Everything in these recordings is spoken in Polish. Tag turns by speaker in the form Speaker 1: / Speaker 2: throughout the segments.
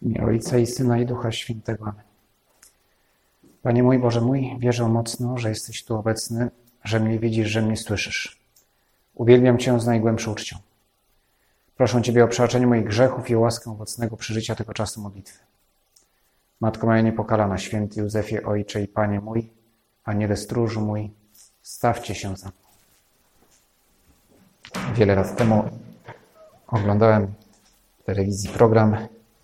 Speaker 1: W imię Ojca i Syna i Ducha Świętego. Amen. Panie mój, Boże mój, wierzę mocno, że jesteś tu obecny, że mnie widzisz, że mnie słyszysz. Uwielbiam Cię z najgłębszą czcią. Proszę Ciebie o przebaczenie moich grzechów i o łaskę owocnego przeżycia tego czasu modlitwy. Matko moja niepokalana, święty Józefie, Ojcze i Panie mój, Aniele stróżu mój, stawcie się za mną. Wiele lat temu oglądałem w telewizji program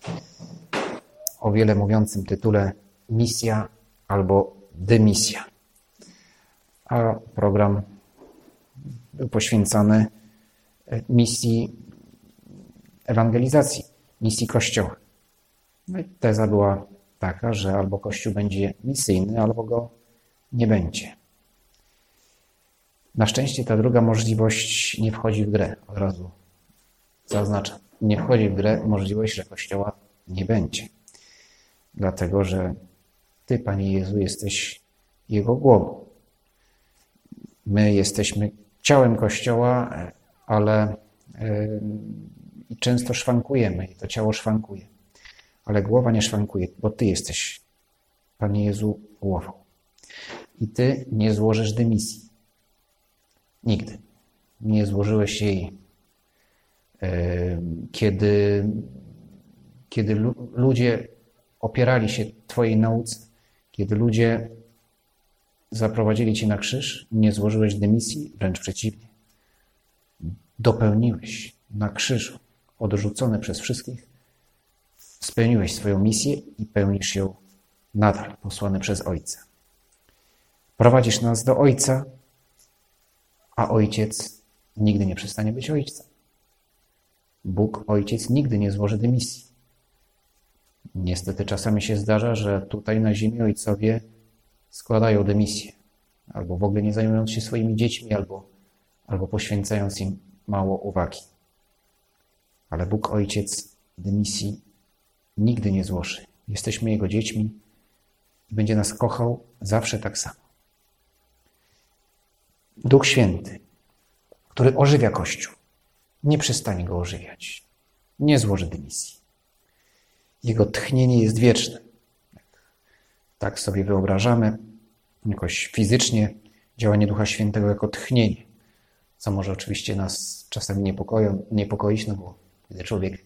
Speaker 1: o wiele mówiącym tytule Misja albo Dymisja. A program był poświęcony misji ewangelizacji, misji Kościoła. No i teza była taka, że albo Kościół będzie misyjny, albo go nie będzie. Na szczęście ta druga możliwość nie wchodzi w grę. Od razu zaznaczam. Nie wchodzi w grę możliwość, że Kościoła nie będzie. Dlatego, że Ty, Panie Jezu, jesteś Jego głową. My jesteśmy ciałem Kościoła, ale i często szwankujemy i to ciało szwankuje. Ale głowa nie szwankuje, bo Ty jesteś, Panie Jezu, głową. I Ty nie złożysz dymisji. Nigdy. Nie złożyłeś jej, kiedy ludzie opierali się Twojej nauce, kiedy ludzie zaprowadzili Cię na krzyż, nie złożyłeś dymisji, wręcz przeciwnie. Dopełniłeś na krzyżu, odrzucony przez wszystkich, spełniłeś swoją misję i pełnisz ją nadal, posłany przez Ojca. Prowadzisz nas do Ojca, a Ojciec nigdy nie przestanie być Ojcem. Bóg, Ojciec, nigdy nie złoży dymisji. Niestety czasami się zdarza, że tutaj na ziemi ojcowie składają dymisję, albo w ogóle nie zajmując się swoimi dziećmi, albo poświęcając im mało uwagi. Ale Bóg, Ojciec, dymisji nigdy nie złoży. Jesteśmy Jego dziećmi i będzie nas kochał zawsze tak samo. Duch Święty, który ożywia Kościół, nie przestanie go ożywiać. Nie złoży dymisji. Jego tchnienie jest wieczne. Tak sobie wyobrażamy jakoś fizycznie działanie Ducha Świętego jako tchnienie, co może oczywiście nas czasami niepokoić, no bo gdy człowiek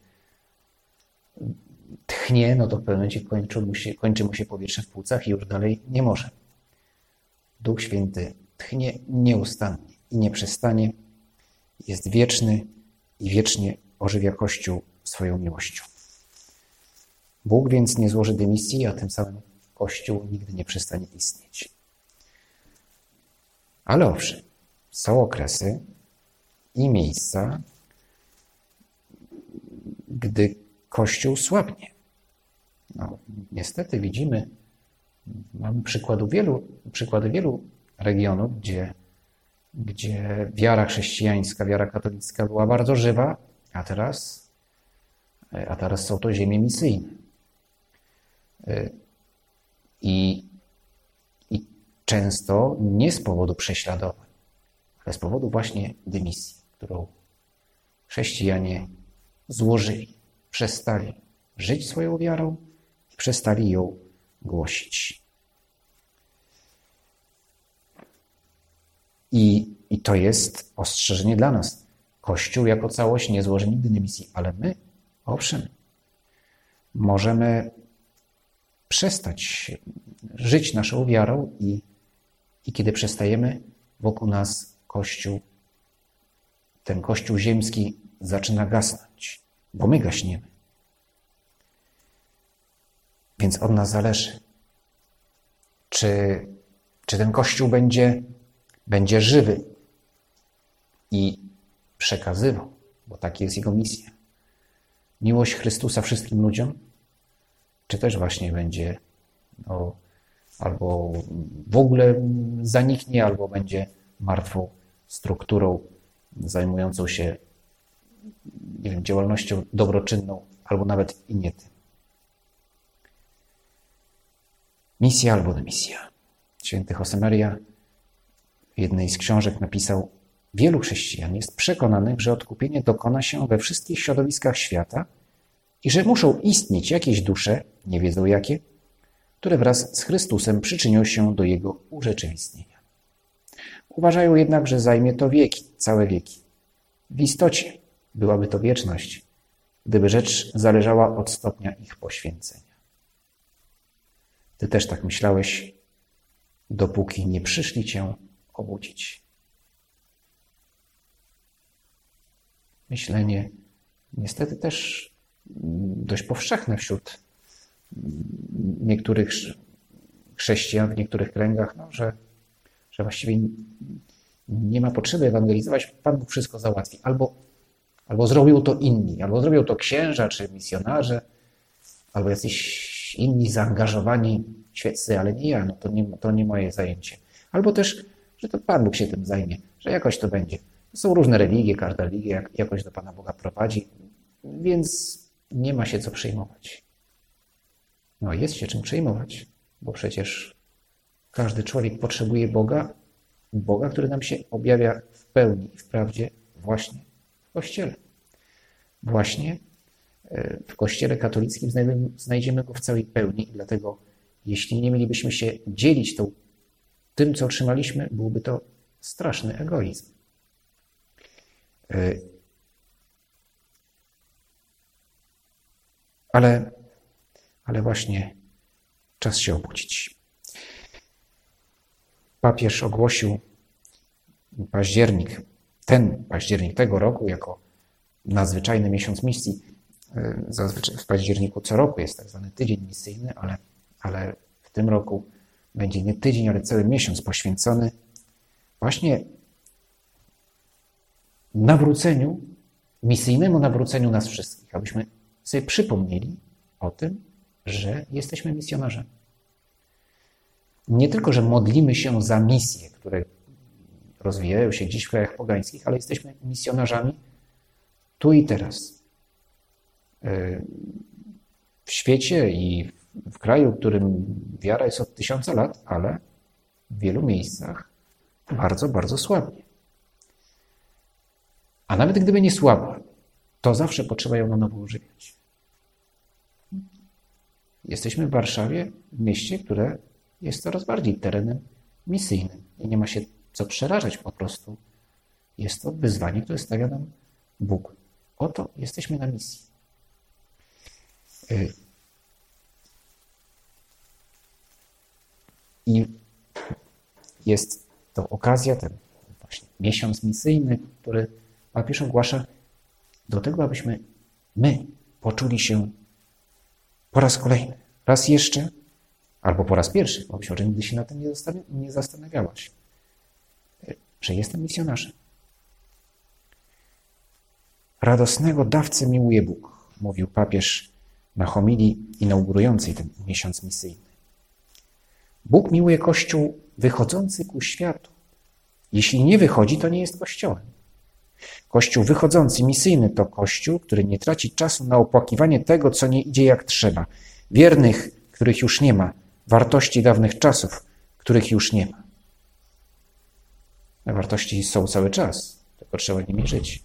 Speaker 1: tchnie, no to w pewnym momencie kończy mu się powietrze w płucach i już dalej nie może. Duch Święty tchnie nieustannie i nie przestanie, jest wieczny i wiecznie ożywia Kościół swoją miłością. Bóg więc nie złoży dymisji, a tym samym Kościół nigdy nie przestanie istnieć. Ale owszem, są okresy i miejsca, gdy Kościół słabnie. No, niestety widzimy, mamy przykłady wielu regionów, gdzie wiara chrześcijańska, wiara katolicka była bardzo żywa, a teraz są to ziemie misyjne. I często nie z powodu prześladowań, ale z powodu właśnie dymisji, którą chrześcijanie złożyli, przestali żyć swoją wiarą i przestali ją głosić. I to jest ostrzeżenie dla nas. Kościół jako całość nie złoży nigdy dymisji, ale my, owszem, możemy przestać żyć naszą wiarą i kiedy przestajemy, wokół nas ten Kościół ziemski zaczyna gasnąć, bo my gaśniemy. Więc od nas zależy, czy ten Kościół będzie żywy i przekazywał, bo taka jest jego misja, miłość Chrystusa wszystkim ludziom, czy też właśnie będzie albo w ogóle zaniknie, albo będzie martwą strukturą zajmującą się, nie wiem, działalnością dobroczynną, albo nawet i nie tym. Misja albo dymisja. Święty Josemaria w jednej z książek napisał: wielu chrześcijan jest przekonanych, że odkupienie dokona się we wszystkich środowiskach świata i że muszą istnieć jakieś dusze, nie wiedzą jakie, które wraz z Chrystusem przyczynią się do Jego urzeczywistnienia. Uważają jednak, że zajmie to wieki, całe wieki. W istocie byłaby to wieczność, gdyby rzecz zależała od stopnia ich poświęcenia. Ty też tak myślałeś, dopóki nie przyszli Cię obudzić. Myślenie niestety też dość powszechne wśród niektórych chrześcijan, w niektórych kręgach, że właściwie nie ma potrzeby ewangelizować, Pan Bóg wszystko załatwi. Albo zrobią to inni, albo zrobią to księża czy misjonarze, albo jacyś inni zaangażowani świeccy, ale nie ja, to nie moje zajęcie. Albo też, że to Pan Bóg się tym zajmie, że jakoś to będzie. Są różne religie, każda religia jakoś do Pana Boga prowadzi, więc nie ma się co przejmować. No jest się czym przejmować, bo przecież każdy człowiek potrzebuje Boga, który nam się objawia w pełni i w prawdzie właśnie w Kościele. Właśnie w Kościele katolickim znajdziemy Go w całej pełni i dlatego jeśli nie mielibyśmy się dzielić tym, co otrzymaliśmy, byłby to straszny egoizm. Ale właśnie czas się obudzić. Papież ogłosił październik tego roku jako nadzwyczajny miesiąc misji. Zazwyczaj w październiku co roku jest tak zwany tydzień misyjny, ale w tym roku będzie nie tydzień, ale cały miesiąc poświęcony właśnie misyjnemu nawróceniu nas wszystkich, abyśmy sobie przypomnieli o tym, że jesteśmy misjonarzami. Nie tylko, że modlimy się za misje, które rozwijają się dziś w krajach pogańskich, ale jesteśmy misjonarzami tu i teraz. W świecie i w kraju, w którym wiara jest od 1000 lat, ale w wielu miejscach bardzo, bardzo słabnie. A nawet gdyby nie słaba, to zawsze potrzeba ją na nowo ożywiać. Jesteśmy w Warszawie, w mieście, które jest coraz bardziej terenem misyjnym i nie ma się co przerażać po prostu. Jest to wyzwanie, które stawia nam Bóg. Oto jesteśmy na misji. I jest to okazja, ten właśnie miesiąc misyjny, który papież ogłasza do tego, abyśmy my poczuli się po raz kolejny, raz jeszcze, albo po raz pierwszy, bo być może nigdy się na tym nie zastanawiałaś, że jestem misjonarzem. Radosnego dawcę miłuje Bóg, mówił papież na homilii inaugurującej ten miesiąc misyjny. Bóg miłuje Kościół wychodzący ku światu. Jeśli nie wychodzi, to nie jest Kościołem. Kościół wychodzący, misyjny to Kościół, który nie traci czasu na opłakiwanie tego, co nie idzie jak trzeba. Wiernych, których już nie ma. Wartości dawnych czasów, których już nie ma. Wartości są cały czas, tylko trzeba nimi żyć.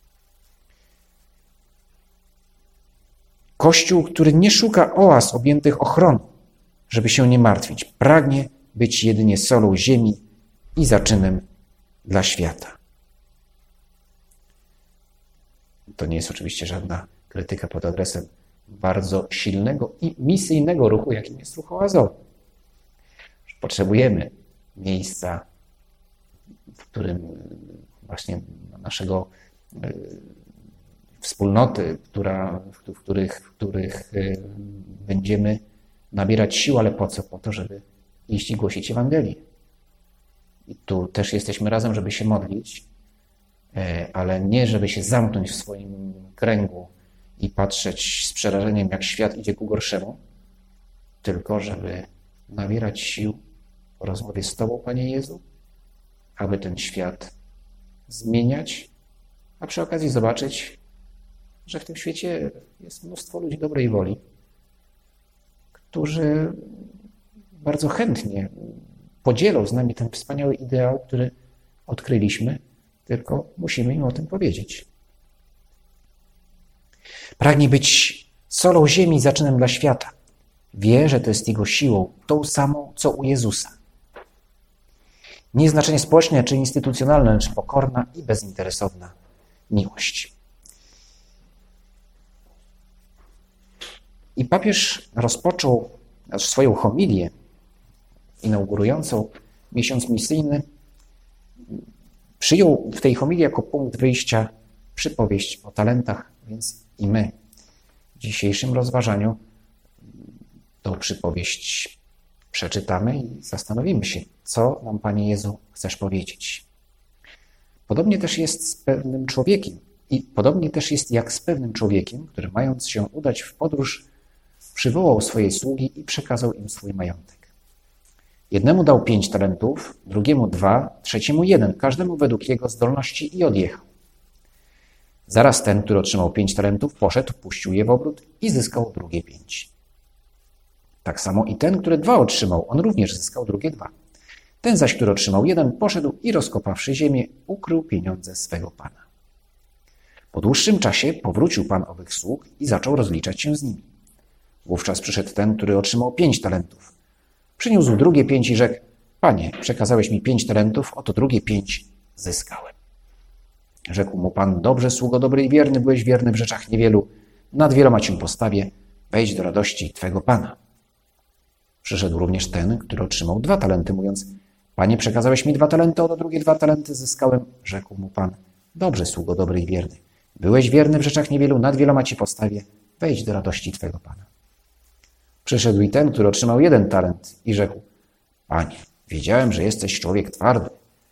Speaker 1: Kościół, który nie szuka oaz objętych ochroną, żeby się nie martwić. Pragnie być jedynie solą ziemi i zaczynem dla świata. To nie jest oczywiście żadna krytyka pod adresem bardzo silnego i misyjnego ruchu, jakim jest ruch oazowy. Potrzebujemy miejsca, w którym właśnie naszego wspólnoty, w których będziemy nabierać sił, ale po co? Po to, żeby iść i głosić Ewangelię. I tu też jesteśmy razem, żeby się modlić, ale nie żeby się zamknąć w swoim kręgu i patrzeć z przerażeniem, jak świat idzie ku gorszemu, tylko żeby nabierać sił w rozmowie z Tobą, Panie Jezu, aby ten świat zmieniać, a przy okazji zobaczyć, że w tym świecie jest mnóstwo ludzi dobrej woli, którzy bardzo chętnie podzielą z nami ten wspaniały ideał, który odkryliśmy, tylko musimy im o tym powiedzieć. Pragnie być solą ziemi, zaczynem dla świata. Wie, że to jest jego siłą, tą samą, co u Jezusa. Nie znaczenie społeczne czy instytucjonalne, lecz pokorna i bezinteresowna miłość. I papież rozpoczął swoją homilię inaugurującą miesiąc misyjny. Przyjął w tej homilii jako punkt wyjścia przypowieść o talentach, więc i my w dzisiejszym rozważaniu tą przypowieść przeczytamy i zastanowimy się, co nam, Panie Jezu, chcesz powiedzieć. Podobnie też jest z pewnym człowiekiem i podobnie też jest jak z pewnym człowiekiem, który mając się udać w podróż, przywołał swoje sługi i przekazał im swój majątek. Jednemu dał 5 talentów, drugiemu 2, trzeciemu 1, każdemu według jego zdolności i odjechał. Zaraz ten, który otrzymał 5 talentów, poszedł, puścił je w obrót i zyskał drugie 5. Tak samo i ten, który 2 otrzymał, on również zyskał drugie 2. Ten zaś, który otrzymał 1, poszedł i rozkopawszy ziemię, ukrył pieniądze swego pana. Po dłuższym czasie powrócił pan owych sług i zaczął rozliczać się z nimi. Wówczas przyszedł ten, który otrzymał 5 talentów. Przyniósł drugie 5 i rzekł: Panie, przekazałeś mi 5 talentów, oto drugie 5 zyskałem. Rzekł mu pan: Dobrze, sługo dobry i wierny, byłeś wierny w rzeczach niewielu, nad wieloma cię postawię, wejdź do radości twego pana. Przyszedł również ten, który otrzymał 2 talenty, mówiąc: Panie, przekazałeś mi 2 talenty, oto drugie 2 talenty zyskałem. Rzekł mu pan: Dobrze, sługo dobry i wierny, byłeś wierny w rzeczach niewielu, nad wieloma ci postawię, wejdź do radości twego pana. Przyszedł i ten, który otrzymał 1 talent i rzekł: Panie, wiedziałem, że jesteś człowiek twardy.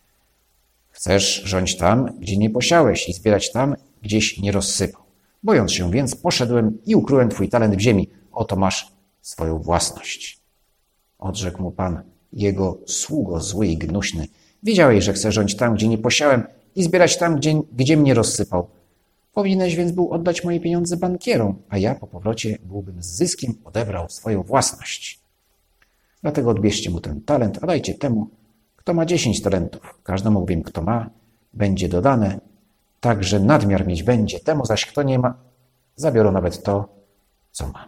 Speaker 1: Chcesz rządź tam, gdzie nie posiałeś i zbierać tam, gdzieś nie rozsypał. Bojąc się więc, poszedłem i ukryłem twój talent w ziemi. Oto masz swoją własność. Odrzekł mu pan: Jego sługo zły i gnuśny. Wiedziałeś, że chcę rządzić tam, gdzie nie posiałem i zbierać tam, gdzie mnie rozsypał. Powinieneś więc był oddać moje pieniądze bankierom, a ja po powrocie byłbym z zyskiem odebrał swoją własność. Dlatego odbierzcie mu ten talent, a dajcie temu, kto ma 10 talentów. Każdemu bowiem, kto ma, będzie dodane, tak że nadmiar mieć będzie. Temu zaś, kto nie ma, zabiorą nawet to, co ma.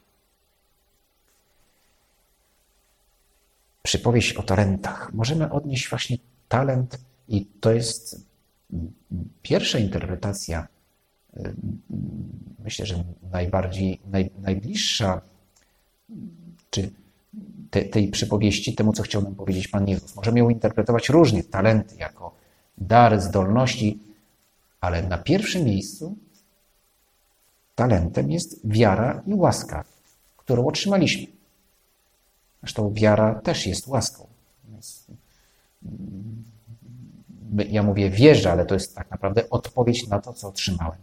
Speaker 1: Przypowieść o talentach. Możemy odnieść właśnie talent i to jest pierwsza interpretacja, myślę, że najbliższa czy tej przypowieści, temu, co chciał nam powiedzieć Pan Jezus. Możemy ją interpretować różnie, talenty jako dary, zdolności, ale na pierwszym miejscu talentem jest wiara i łaska, którą otrzymaliśmy. Zresztą wiara też jest łaską. Ja mówię wierzę, ale to jest tak naprawdę odpowiedź na to, co otrzymałem.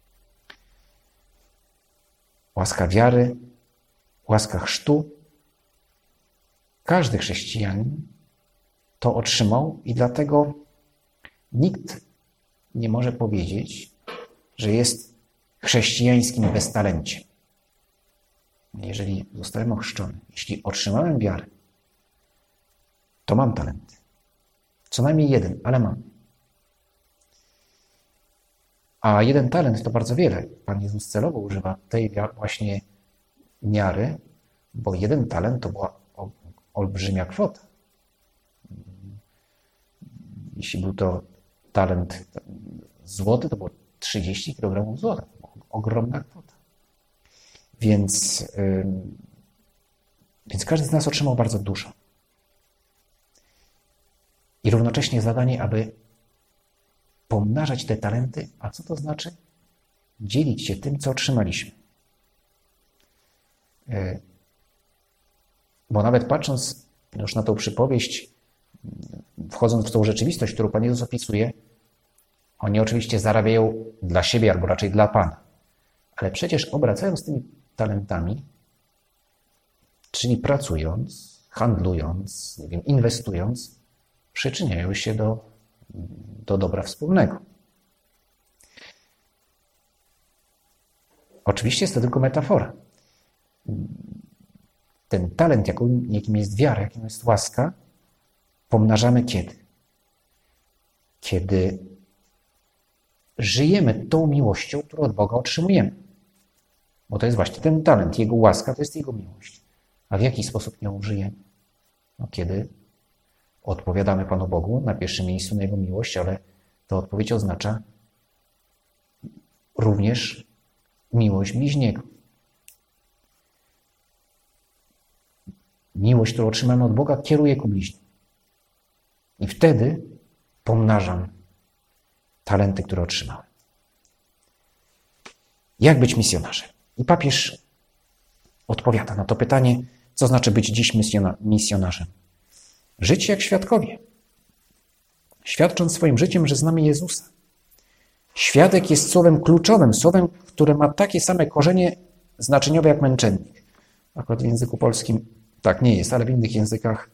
Speaker 1: Łaska wiary, łaska chrztu. Każdy chrześcijanin to otrzymał i dlatego nikt nie może powiedzieć, że jest chrześcijańskim beztalenciem. Jeżeli zostałem ochrzczony, jeśli otrzymałem wiarę, to mam talenty. Co najmniej 1, ale mam. A 1 talent to bardzo wiele. Pan Jezus celowo używa tej właśnie miary, bo 1 talent to była olbrzymia kwota. Jeśli był to talent złoty, to było 30 kg złota. To była ogromna kwota. Więc każdy z nas otrzymał bardzo dużo. I równocześnie zadanie, aby pomnażać te talenty. A co to znaczy? Dzielić się tym, co otrzymaliśmy. Bo nawet patrząc już na tą przypowieść, wchodząc w tą rzeczywistość, którą Pan Jezus opisuje, oni oczywiście zarabiają dla siebie, albo raczej dla Pana. Ale przecież obracając tymi talentami, czyli pracując, handlując, nie wiem, inwestując, przyczyniają się do dobra wspólnego. Oczywiście jest to tylko metafora. Ten talent, jakim jest wiara, jakim jest łaska, pomnażamy kiedy? Kiedy żyjemy tą miłością, którą od Boga otrzymujemy. Bo to jest właśnie ten talent. Jego łaska to jest Jego miłość. A w jaki sposób ją użyjemy? No, kiedy odpowiadamy Panu Bogu na pierwszym miejscu na Jego miłość, ale to odpowiedź oznacza również miłość bliźniego. Miłość, którą otrzymamy od Boga, kieruje ku bliźnim. I wtedy pomnażam talenty, które otrzymałem. Jak być misjonarzem? I papież odpowiada na to pytanie, co znaczy być dziś misjonarzem. Żyć jak świadkowie, świadcząc swoim życiem, że znamy Jezusa. Świadek jest słowem kluczowym, słowem, które ma takie same korzenie znaczeniowe jak męczennik. Akurat w języku polskim tak nie jest, ale w innych językach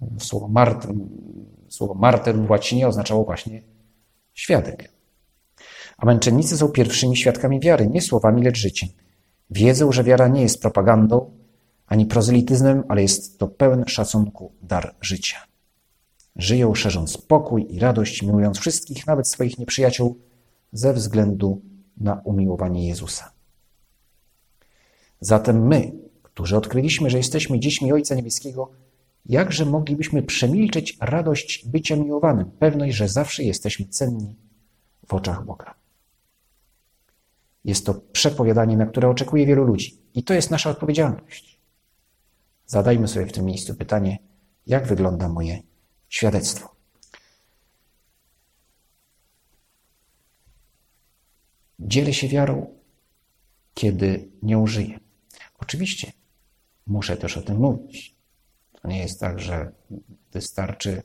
Speaker 1: słowo martyr w łacinie oznaczało właśnie świadek. A męczennicy są pierwszymi świadkami wiary, nie słowami, lecz życiem. Wiedzą, że wiara nie jest propagandą ani prozelityzmem, ale jest to pełen szacunku dar życia. Żyją szerząc pokój i radość, miłując wszystkich, nawet swoich nieprzyjaciół, ze względu na umiłowanie Jezusa. Zatem my, którzy odkryliśmy, że jesteśmy dziećmi Ojca Niebieskiego, jakże moglibyśmy przemilczeć radość bycia miłowanym, pewność, że zawsze jesteśmy cenni w oczach Boga. Jest to przepowiadanie, na które oczekuje wielu ludzi. I to jest nasza odpowiedzialność. Zadajmy sobie w tym miejscu pytanie, jak wygląda moje świadectwo. Dzielę się wiarą, kiedy nią żyję. Oczywiście muszę też o tym mówić. To nie jest tak, że wystarczy,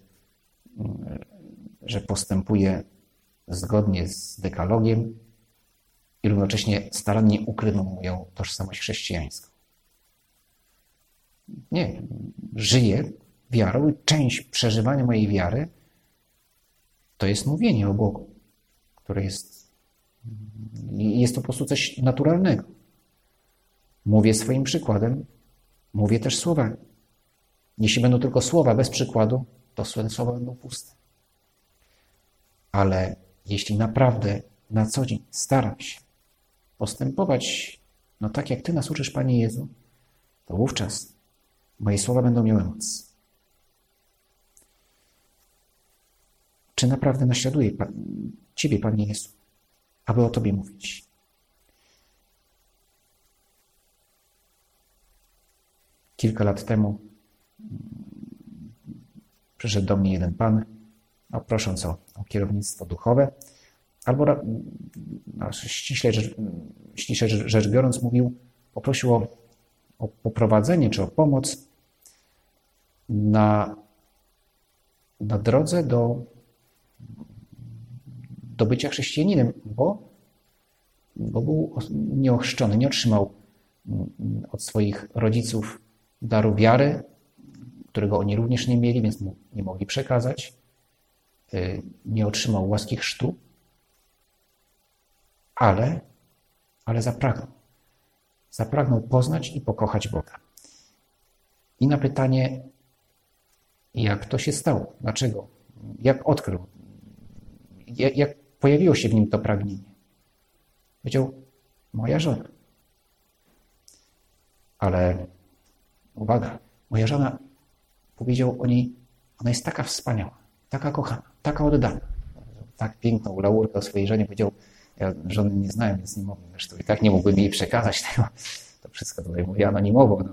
Speaker 1: że postępuję zgodnie z dekalogiem i równocześnie starannie ukrywam moją tożsamość chrześcijańską. Nie, żyję wiarą i część przeżywania mojej wiary to jest mówienie o Bogu, które jest to po prostu coś naturalnego. Mówię swoim przykładem, mówię też słowami. Jeśli będą tylko słowa bez przykładu, to słowa będą puste. Ale jeśli naprawdę na co dzień staram się postępować tak, jak Ty nas uczysz, Panie Jezu, to wówczas moje słowa będą miały moc. Czy naprawdę naśladuję Ciebie, Panie Jezu, aby o Tobie mówić? Kilka lat temu przyszedł do mnie jeden pan, prosząc o kierownictwo duchowe, albo ściśle rzecz biorąc poprosił o poprowadzenie czy o pomoc na drodze do bycia chrześcijaninem, bo był nieochrzczony, nie otrzymał od swoich rodziców daru wiary, którego oni również nie mieli, więc mu nie mogli przekazać. Nie otrzymał łaski chrztu, ale zapragnął poznać i pokochać Boga. I na pytanie, jak to się stało, dlaczego, jak odkrył, jak pojawiło się w nim to pragnienie, powiedział, moja żona. Ale uwaga, moja żona, powiedział o niej, ona jest taka wspaniała, taka kochana, taka oddana. Tak piękną laurkę o swojej żonie powiedział, ja żony nie znałem, więc nie mogłem zresztą i tak nie mógłbym jej przekazać tego. To wszystko tutaj mówię anonimowo.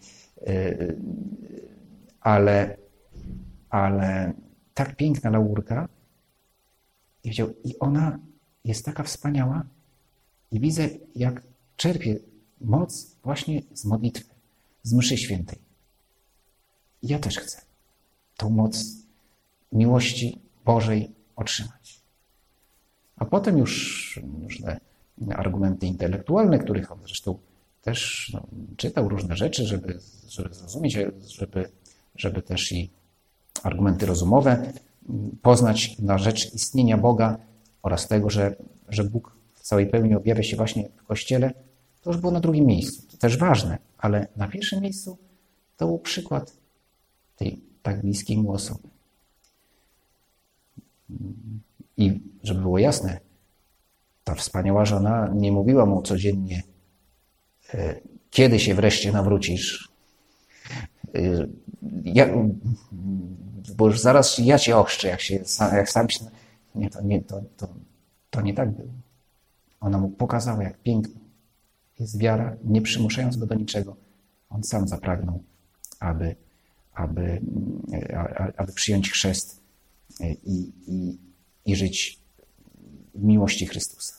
Speaker 1: Ale tak piękna laurka i powiedział, i ona jest taka wspaniała i widzę, jak czerpie moc właśnie z modlitwy, z mszy świętej. I ja też chcę tą moc miłości Bożej otrzymać. A potem już różne argumenty intelektualne, których on zresztą też czytał różne rzeczy, żeby zrozumieć, żeby też i argumenty rozumowe poznać na rzecz istnienia Boga oraz tego, że Bóg w całej pełni objawia się właśnie w Kościele, to już było na drugim miejscu. To też ważne, ale na pierwszym miejscu to był przykład tej tak bliskiej mu osoby. I żeby było jasne, ta wspaniała żona nie mówiła mu codziennie Kiedy się wreszcie nawrócisz? Bo już zaraz ja cię ochrzczę, jak sam się... Nie, to nie tak było. Ona mu pokazała, jak piękna jest wiara, nie przymuszając go do niczego. On sam zapragnął, aby przyjąć chrzest i żyć w miłości Chrystusa.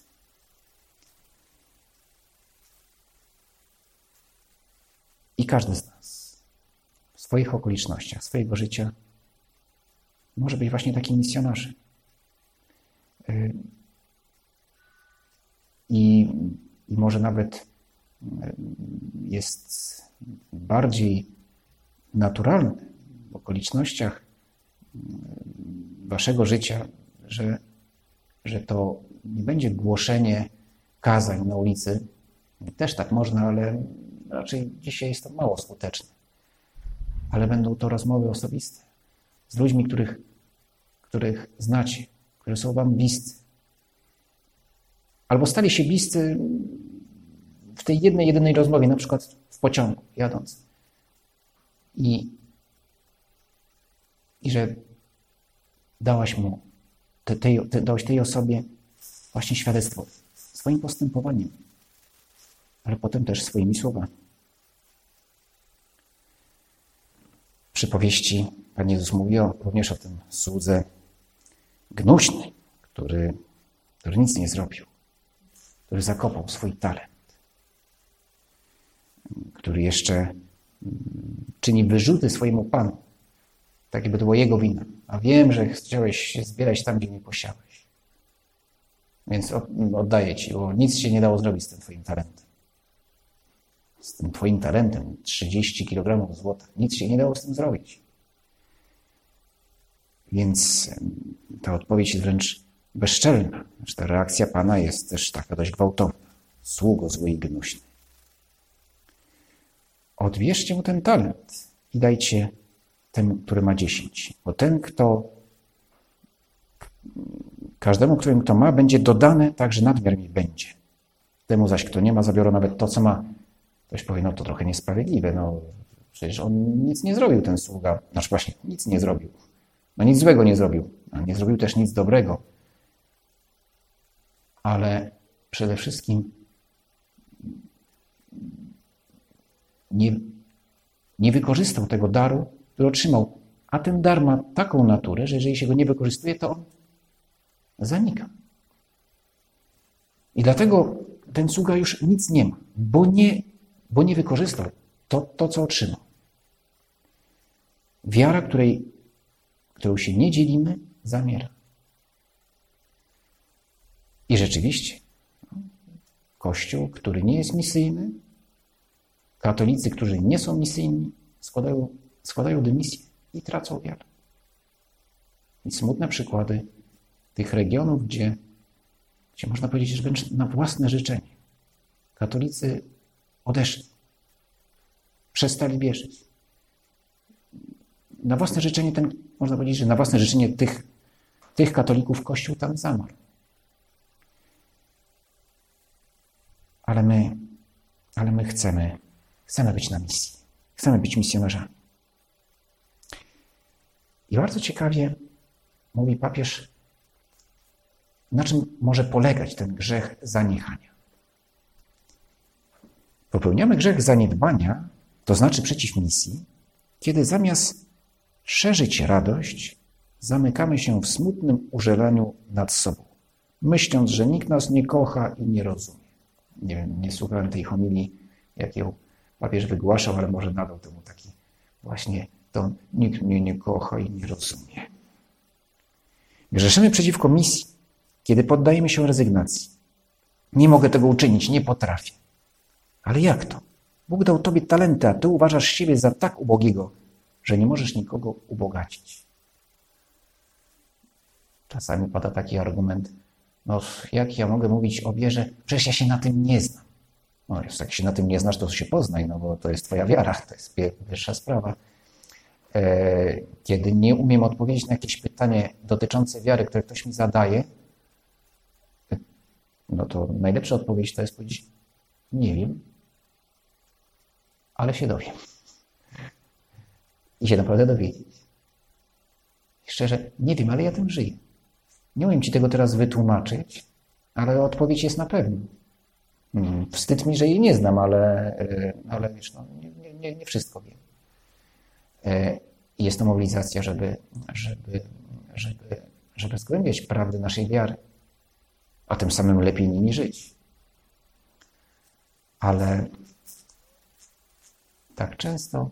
Speaker 1: I każdy z nas w swoich okolicznościach, swojego życia może być właśnie takim misjonarzem. I może nawet jest bardziej naturalne w okolicznościach waszego życia, że to nie będzie głoszenie kazań na ulicy. Też tak można, ale raczej dzisiaj jest to mało skuteczne. Ale będą to rozmowy osobiste z ludźmi, których znacie, którzy są wam bliscy. Albo stali się bliscy w tej jedynej rozmowie, na przykład w pociągu, jadąc. I że dałeś tej osobie właśnie świadectwo swoim postępowaniem, ale potem też swoimi słowami. W przypowieści Pan Jezus mówi również o tym słudze gnuśnej, który nic nie zrobił, który zakopał swój talent, który jeszcze czyni wyrzuty swojemu Panu, tak jakby to była jego wina. A wiem, że chciałeś się zbierać tam, gdzie nie posiałeś. Więc oddaję ci, bo nic się nie dało zrobić z tym twoim talentem. Z tym twoim talentem 30 kg złota. Nic się nie dało z tym zrobić. Więc ta odpowiedź jest wręcz bezczelna. Ta reakcja Pana jest też taka dość gwałtowna. Sługo zły i gnuśny. Odbierzcie mu ten talent i dajcie temu, który ma 10. Bo każdemu, kto ma, będzie dodane tak, że nadmiar mi będzie. Temu zaś, kto nie ma, zabiorą nawet to, co ma. Ktoś powie, no to trochę niesprawiedliwe. No przecież on nic nie zrobił, ten sługa. Znaczy właśnie, nic nie zrobił. No nic złego nie zrobił. A nie zrobił też nic dobrego. Ale przede wszystkim nie wykorzystał tego daru, który otrzymał. A ten dar ma taką naturę, że jeżeli się go nie wykorzystuje, to on zanika. I dlatego ten sługa już nic nie ma, bo nie wykorzystał to, co otrzymał. Wiara, którą się nie dzielimy, zamiera. I rzeczywiście, Kościół, który nie jest misyjny, katolicy, którzy nie są misyjni, składają dymisję i tracą wiarę. I smutne przykłady tych regionów, gdzie można powiedzieć, że wręcz na własne życzenie katolicy odeszli, przestali wierzyć. Na własne życzenie można powiedzieć, że na własne życzenie tych katolików Kościół tam zamarł. Ale my chcemy być na misji. Chcemy być misjonarzami. I bardzo ciekawie mówi papież, na czym może polegać ten grzech zaniechania. Popełniamy grzech zaniedbania, to znaczy przeciw misji, kiedy zamiast szerzyć radość, zamykamy się w smutnym użalaniu nad sobą, myśląc, że nikt nas nie kocha i nie rozumie. Nie wiem, nie słuchałem tej homilii, jak ją papież wygłaszał, ale może nadał temu taki właśnie ton, nikt mnie nie kocha i nie rozumie. Grzeszymy przeciwko misji, kiedy poddajemy się rezygnacji. Nie mogę tego uczynić, nie potrafię. Ale jak to? Bóg dał tobie talenty, a ty uważasz siebie za tak ubogiego, że nie możesz nikogo ubogacić. Czasami pada taki argument, no jak ja mogę mówić o wierze, przecież ja się na tym nie znam. No jak się na tym nie znasz, to się poznaj, no bo to jest twoja wiara, to jest pierwsza sprawa. Kiedy nie umiem odpowiedzieć na jakieś pytanie dotyczące wiary, które ktoś mi zadaje, no to najlepsza odpowiedź to jest powiedzieć, nie wiem. ale się dowiem. I się naprawdę dowiedzieć. Szczerze, nie wiem, ale ja tym żyję. Nie umiem ci tego teraz wytłumaczyć, ale odpowiedź jest na pewno. Wstyd mi, że jej nie znam, ale wiesz, no, nie wszystko wiem. Jest to mobilizacja, żeby zgłębiać prawdę naszej wiary, a tym samym lepiej nimi żyć. Ale tak często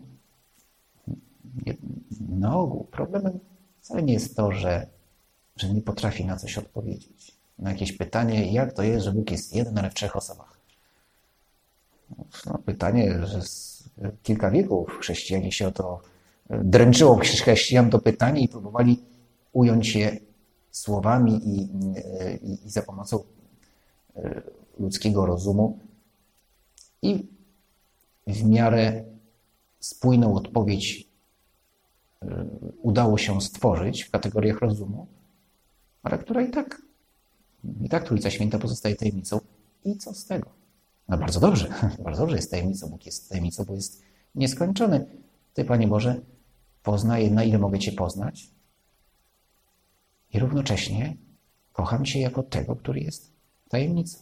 Speaker 1: na ogół problemem wcale nie jest to, że nie potrafi na coś odpowiedzieć. Na jakieś pytanie, jak to jest, że Bóg jest jeden, ale w 3 osobach. No, pytanie, że kilka wieków chrześcijanie się o to dręczyło chrześcijan to pytanie i próbowali ująć je słowami i za pomocą ludzkiego rozumu i w miarę spójną odpowiedź udało się stworzyć w kategoriach rozumu, ale która i tak Trójca Święta pozostaje tajemnicą. I co z tego? No bardzo dobrze jest tajemnicą. Bóg jest tajemnicą, bo jest nieskończony. Ty, Panie Boże, poznaję, na ile mogę Cię poznać i równocześnie kocham Cię jako tego, który jest tajemnicą.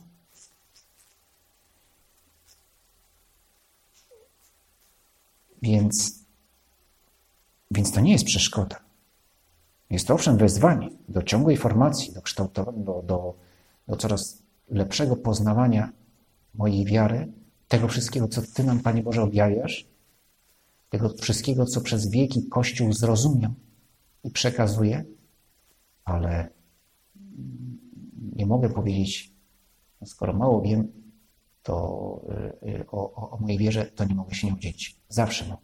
Speaker 1: Więc to nie jest przeszkoda. Jest to owszem wezwanie do ciągłej formacji, do kształtowania, do coraz lepszego poznawania mojej wiary, tego wszystkiego, co Ty nam, Panie Boże, objawiasz, tego wszystkiego, co przez wieki Kościół zrozumiał i przekazuje, ale nie mogę powiedzieć, skoro mało wiem, to o mojej wierze, to nie mogę się nie udzielić. Zawsze mogę.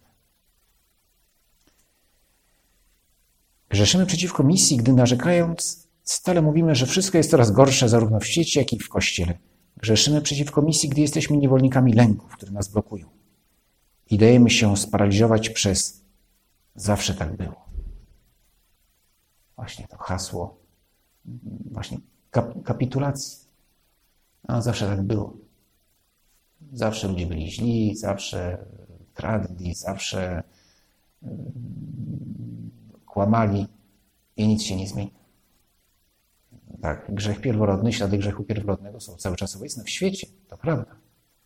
Speaker 1: Grzeszymy przeciwko misji, gdy narzekając stale mówimy, że wszystko jest coraz gorsze zarówno w świecie, jak i w Kościele. Grzeszymy przeciwko misji, gdy jesteśmy niewolnikami lęków, które nas blokują. I dajemy się sparaliżować przez zawsze tak było. Właśnie to hasło właśnie kapitulacji. A zawsze tak było. Zawsze ludzie byli źli, zawsze kradli, zawsze kłamali i nic się nie zmieni. Tak, grzech pierworodny, ślady grzechu pierworodnego są cały czas obecne w świecie, to prawda.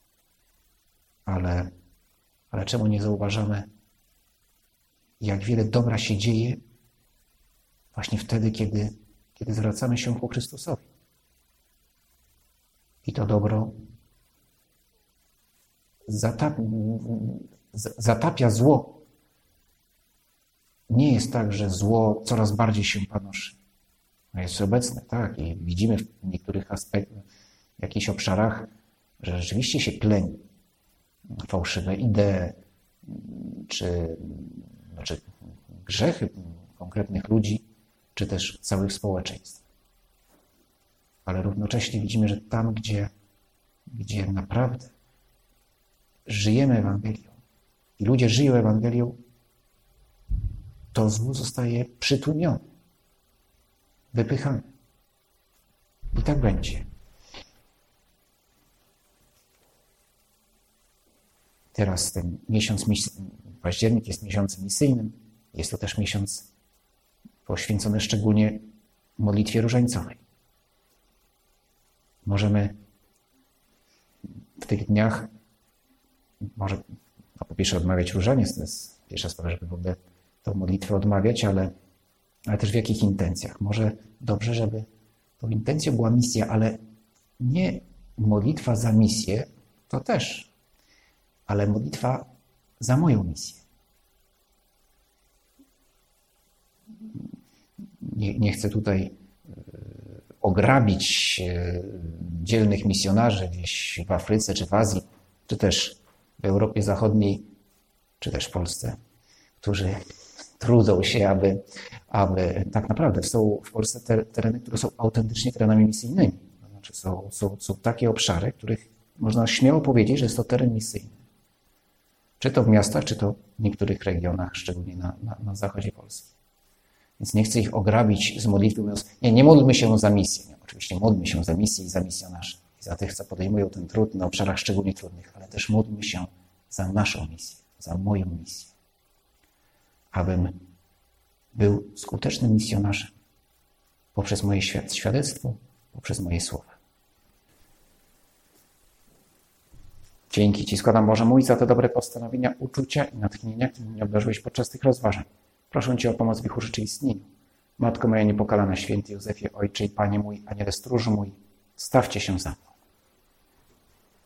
Speaker 1: Ale czemu nie zauważamy, jak wiele dobra się dzieje właśnie wtedy, kiedy zwracamy się ku Chrystusowi. I to dobro zatapia zło. Nie jest tak, że zło coraz bardziej się panoszy. Jest obecne, tak, i widzimy w niektórych aspektach, w jakichś obszarach, że rzeczywiście się pleni fałszywe idee, czy grzechy konkretnych ludzi, czy też całych społeczeństw. Ale równocześnie widzimy, że tam, gdzie naprawdę żyjemy Ewangelią i ludzie żyją Ewangelią, to zło zostaje przytłumione, wypychane. I tak będzie. Teraz ten miesiąc, październik jest miesiącem misyjnym. Jest to też miesiąc poświęcony szczególnie modlitwie różańcowej. Możemy w tych dniach po pierwsze odmawiać różaniec, to jest pierwsza sprawa, żeby w ogóle tą modlitwę odmawiać, ale też w jakich intencjach. Może dobrze, żeby tą intencją była misja, ale nie modlitwa za misję, to też, ale modlitwa za moją misję. Nie chcę tutaj ograbić dzielnych misjonarzy gdzieś w Afryce, czy w Azji, czy też w Europie Zachodniej, czy też w Polsce, którzy trudzą się, aby tak naprawdę są w Polsce tereny, które są autentycznie terenami misyjnymi. To znaczy są takie obszary, których można śmiało powiedzieć, że jest to teren misyjny. Czy to w miastach, czy to w niektórych regionach, szczególnie na zachodzie Polski. Więc nie chcę ich ograbić z modlitwy, mówiąc, nie módlmy się za misję. Nie, oczywiście módlmy się za misję i za misjonarzy. I za tych, co podejmują ten trud na obszarach szczególnie trudnych, ale też módlmy się za naszą misję, za moją misję. Abym był skutecznym misjonarzem poprzez moje świadectwo, poprzez moje słowa. Dzięki Ci składam, Boże mój, za te dobre postanowienia, uczucia i natchnienia, którymi mnie obdarzyłeś podczas tych rozważań. Proszę Cię o pomoc w ich urzeczywistnieniu. Matko moja niepokalana, święty Józefie, Ojcze i Panie mój, Aniele stróżu mój, stawcie się za mną.